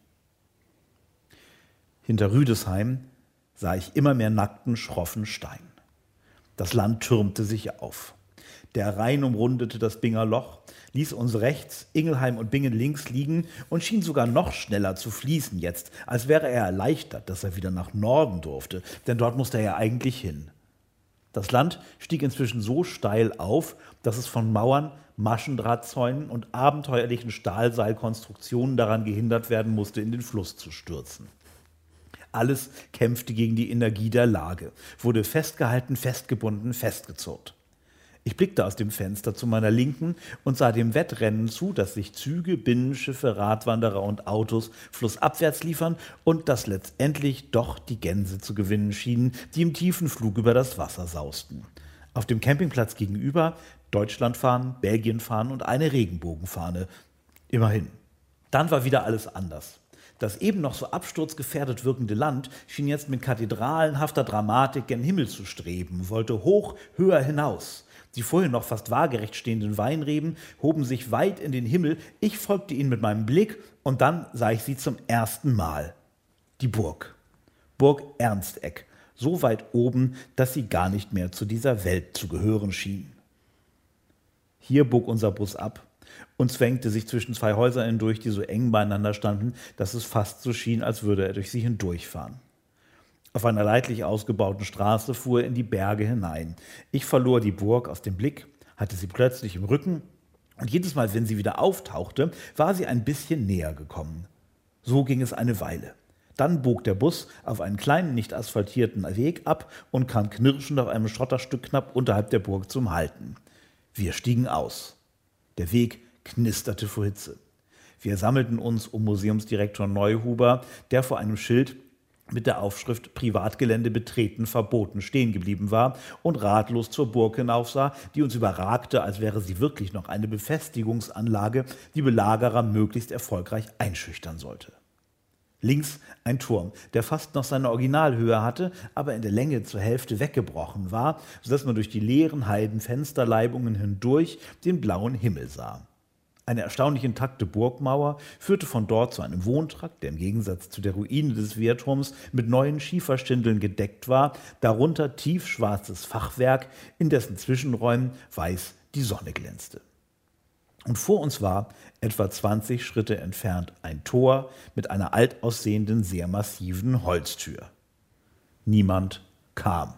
Hinter Rüdesheim sah ich immer mehr nackten, schroffen Stein. Das Land türmte sich auf. Der Rhein umrundete das Binger Loch, ließ uns rechts, Ingelheim und Bingen links liegen und schien sogar noch schneller zu fließen jetzt, als wäre er erleichtert, dass er wieder nach Norden durfte, denn dort musste er ja eigentlich hin. Das Land stieg inzwischen so steil auf, dass es von Mauern, Maschendrahtzäunen und abenteuerlichen Stahlseilkonstruktionen daran gehindert werden musste, in den Fluss zu stürzen. Alles kämpfte gegen die Energie der Lage, wurde festgehalten, festgebunden, festgezurrt. Ich blickte aus dem Fenster zu meiner Linken und sah dem Wettrennen zu, dass sich Züge, Binnenschiffe, Radwanderer und Autos flussabwärts liefern und dass letztendlich doch die Gänse zu gewinnen schienen, die im tiefen Flug über das Wasser sausten. Auf dem Campingplatz gegenüber Deutschlandfahnen, Belgienfahnen und eine Regenbogenfahne. Immerhin. Dann war wieder alles anders. Das eben noch so absturzgefährdet wirkende Land schien jetzt mit kathedralenhafter Dramatik gen Himmel zu streben, wollte hoch, höher hinaus. Die vorhin noch fast waagerecht stehenden Weinreben hoben sich weit in den Himmel. Ich folgte ihnen mit meinem Blick und dann sah ich sie zum ersten Mal. Die Burg. Burg Ernsteck. So weit oben, dass sie gar nicht mehr zu dieser Welt zu gehören schien. Hier bog unser Bus ab und zwängte sich zwischen zwei Häusern hindurch, die so eng beieinander standen, dass es fast so schien, als würde er durch sie hindurchfahren. Auf einer leidlich ausgebauten Straße fuhr er in die Berge hinein. Ich verlor die Burg aus dem Blick, hatte sie plötzlich im Rücken und jedes Mal, wenn sie wieder auftauchte, war sie ein bisschen näher gekommen. So ging es eine Weile. Dann bog der Bus auf einen kleinen, nicht asphaltierten Weg ab und kam knirschend auf einem Schotterstück knapp unterhalb der Burg zum Halten. Wir stiegen aus. Der Weg knisterte vor Hitze. Wir sammelten uns um Museumsdirektor Neuhuber, der vor einem Schild mit der Aufschrift Privatgelände betreten verboten stehen geblieben war und ratlos zur Burg hinaufsah, die uns überragte, als wäre sie wirklich noch eine Befestigungsanlage, die Belagerer möglichst erfolgreich einschüchtern sollte. Links ein Turm, der fast noch seine Originalhöhe hatte, aber in der Länge zur Hälfte weggebrochen war, sodass man durch die leeren Heidenfensterleibungen hindurch den blauen Himmel sah. Eine erstaunlich intakte Burgmauer führte von dort zu einem Wohntrakt, der im Gegensatz zu der Ruine des Wehrturms mit neuen Schieferschindeln gedeckt war, darunter tiefschwarzes Fachwerk, in dessen Zwischenräumen weiß die Sonne glänzte. Und vor uns war, etwa 20 Schritte entfernt, ein Tor mit einer alt aussehenden, sehr massiven Holztür. Niemand kam.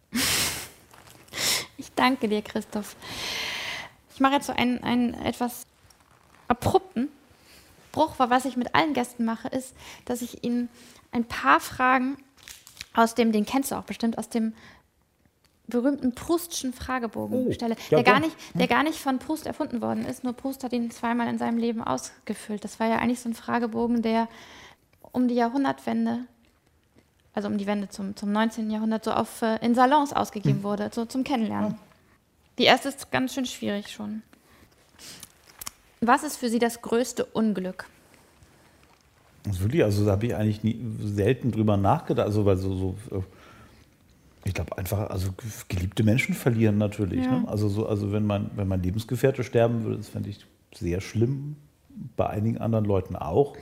Ich danke dir, Christoph. Ich mache jetzt so einen etwas abrupten Bruch, weil was ich mit allen Gästen mache, ist, dass ich ihnen ein paar Fragen aus dem, den kennst du auch bestimmt, aus dem berühmten Proustschen Fragebogen stelle, ja, der gar nicht von Proust erfunden worden ist, nur Proust hat ihn zweimal in seinem Leben ausgefüllt. Das war ja eigentlich so ein Fragebogen, der um die Jahrhundertwende, also um die Wende zum 19. Jahrhundert, so in Salons ausgegeben wurde, so zum Kennenlernen. Die erste ist ganz schön schwierig schon. Was ist für Sie das größte Unglück? Das ist wirklich, also da habe ich eigentlich selten drüber nachgedacht, also weil ich glaube einfach, also geliebte Menschen verlieren natürlich. Ja. Ne? Also wenn mein Lebensgefährte sterben würde, das fände ich sehr schlimm. Bei einigen anderen Leuten auch.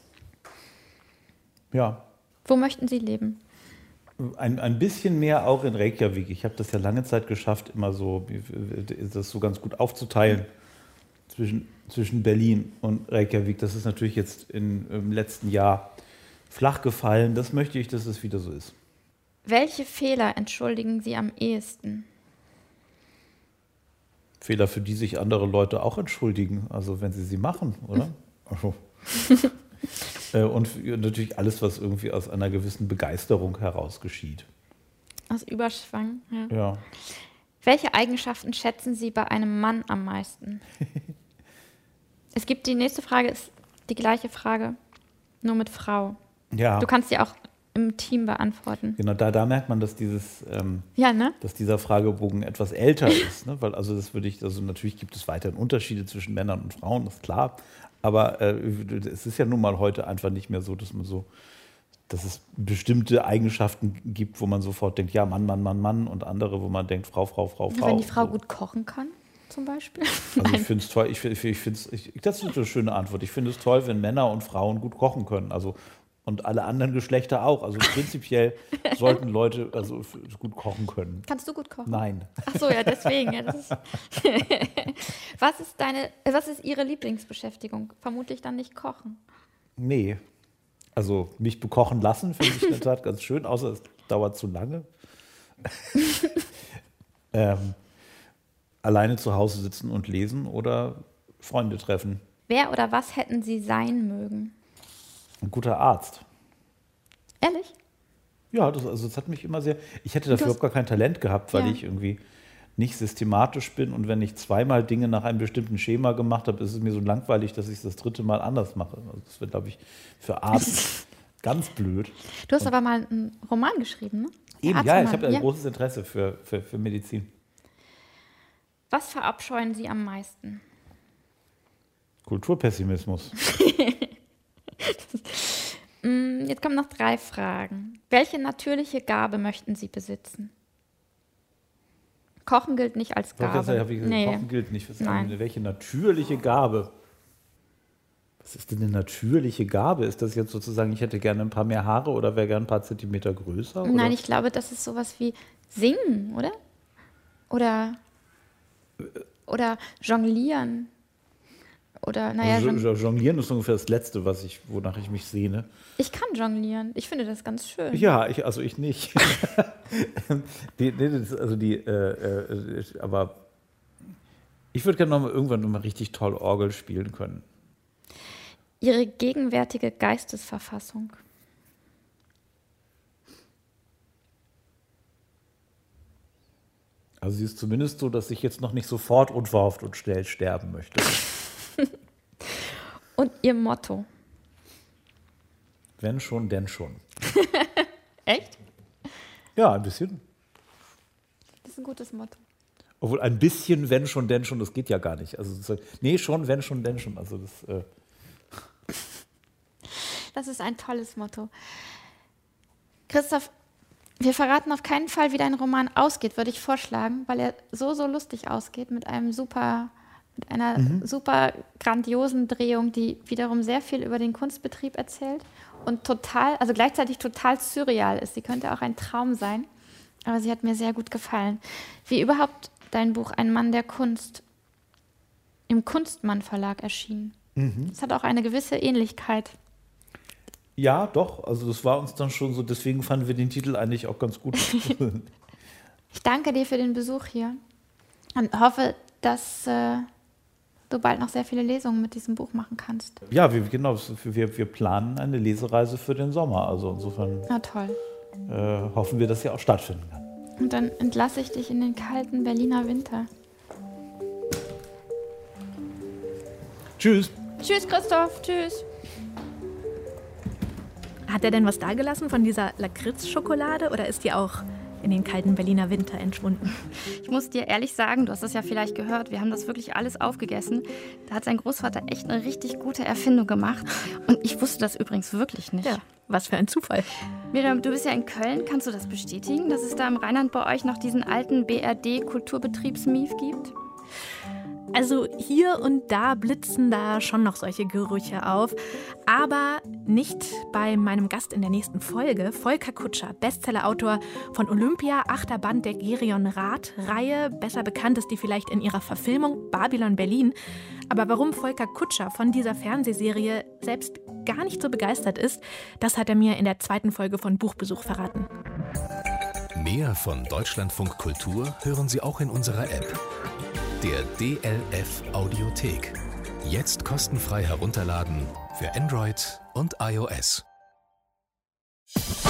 Ja. Wo möchten Sie leben? Ein bisschen mehr auch in Reykjavik. Ich habe das ja lange Zeit geschafft, immer so, das so ganz gut aufzuteilen zwischen Berlin und Reykjavik. Das ist natürlich jetzt im letzten Jahr flach gefallen. Das möchte ich, dass es wieder so ist. Welche Fehler entschuldigen Sie am ehesten? Fehler, für die sich andere Leute auch entschuldigen, also wenn sie machen, oder? Und natürlich alles, was irgendwie aus einer gewissen Begeisterung heraus geschieht. Aus Überschwang, ja. Ja. Welche Eigenschaften schätzen Sie bei einem Mann am meisten? Die nächste Frage ist die gleiche Frage, nur mit Frau. Ja. Du kannst sie auch im Team beantworten. Genau, da merkt man, dass dass dieser Fragebogen etwas älter ist. Ne? Weil natürlich gibt es weiterhin Unterschiede zwischen Männern und Frauen, das ist klar. Aber es ist ja nun mal heute einfach nicht mehr so, dass es bestimmte Eigenschaften gibt, wo man sofort denkt, ja, Mann, Mann, Mann, Mann, und andere, wo man denkt, Frau, Frau, Frau, Frau. Wenn die Frau so gut kochen kann, zum Beispiel? Also ich finde es toll, das ist eine schöne Antwort. Ich finde es toll, wenn Männer und Frauen gut kochen können. Also, und alle anderen Geschlechter auch. Also prinzipiell sollten Leute gut kochen können. Kannst du gut kochen? Nein. Ach so, ja, deswegen. Ja, Was ist Ihre Lieblingsbeschäftigung? Vermutlich dann nicht kochen. Nee. Also mich bekochen lassen finde ich in der Tat ganz schön, außer es dauert zu lange. Alleine zu Hause sitzen und lesen oder Freunde treffen. Wer oder was hätten Sie sein mögen? Ein guter Arzt. Ehrlich? Ja, das hat mich immer sehr... Ich hätte dafür überhaupt gar kein Talent gehabt, weil ich irgendwie nicht systematisch bin. Und wenn ich zweimal Dinge nach einem bestimmten Schema gemacht habe, ist es mir so langweilig, dass ich es das dritte Mal anders mache. Also das wird, glaube ich, für Arzt ganz blöd. Du hast aber mal einen Roman geschrieben, ne? Eben, ja, ich habe ein großes Interesse für Medizin. Was verabscheuen Sie am meisten? Kulturpessimismus. Jetzt kommen noch 3 Fragen. Welche natürliche Gabe möchten Sie besitzen? Kochen gilt nicht als Gabe. Kochen gilt nicht. Nein. Welche natürliche Gabe? Was ist denn eine natürliche Gabe? Ist das jetzt sozusagen, ich hätte gerne ein paar mehr Haare oder wäre gerne ein paar Zentimeter größer? Oder? Nein, ich glaube, das ist sowas wie Singen, oder? Oder Jonglieren. Oder, Jonglieren ist ungefähr das Letzte, wonach ich mich sehne. Ich kann jonglieren. Ich finde das ganz schön. Ja, ich nicht. Aber ich würde gerne irgendwann noch mal richtig toll Orgel spielen können. Ihre gegenwärtige Geistesverfassung. Also sie ist zumindest so, dass ich jetzt noch nicht sofort unverhofft und schnell sterben möchte. Und Ihr Motto? Wenn schon, denn schon. Echt? Ja, ein bisschen. Das ist ein gutes Motto. Obwohl ein bisschen, wenn schon, denn schon, das geht ja gar nicht. Also nee, schon, wenn schon, denn schon. Also das ist ein tolles Motto. Christoph, wir verraten auf keinen Fall, wie dein Roman ausgeht, würde ich vorschlagen, weil er so lustig ausgeht mit einer super grandiosen Drehung, die wiederum sehr viel über den Kunstbetrieb erzählt und gleichzeitig total surreal ist. Sie könnte auch ein Traum sein, aber sie hat mir sehr gut gefallen. Wie überhaupt dein Buch Ein Mann der Kunst im Kunstmann Verlag erschienen. Es hat auch eine gewisse Ähnlichkeit. Ja, doch. Also das war uns dann schon so, deswegen fanden wir den Titel eigentlich auch ganz gut. Ich danke dir für den Besuch hier und hoffe, dass du bald noch sehr viele Lesungen mit diesem Buch machen kannst. Ja, wir planen eine Lesereise für den Sommer. Also insofern toll. Hoffen wir, dass sie auch stattfinden kann. Und dann entlasse ich dich in den kalten Berliner Winter. Tschüss. Tschüss, Christoph. Tschüss. Hat er denn was dagelassen von dieser Lakritz-Schokolade oder ist die auch in den kalten Berliner Winter entschwunden? Ich muss dir ehrlich sagen, du hast das ja vielleicht gehört, wir haben das wirklich alles aufgegessen. Da hat sein Großvater echt eine richtig gute Erfindung gemacht. Und ich wusste das übrigens wirklich nicht. Ja, was für ein Zufall. Miriam, du bist ja in Köln. Kannst du das bestätigen, dass es da im Rheinland bei euch noch diesen alten BRD-Kulturbetriebsmief gibt? Also hier und da blitzen da schon noch solche Gerüche auf, aber nicht bei meinem Gast in der nächsten Folge, Volker Kutscher, Bestsellerautor von Olympia, 8. Band der Gerion-Rath-Reihe. Besser bekannt ist die vielleicht in ihrer Verfilmung Babylon Berlin. Aber warum Volker Kutscher von dieser Fernsehserie selbst gar nicht so begeistert ist, das hat er mir in der 2. Folge von Buchbesuch verraten. Mehr von Deutschlandfunk Kultur hören Sie auch in unserer App. Der DLF Audiothek. Jetzt kostenfrei herunterladen für Android und iOS.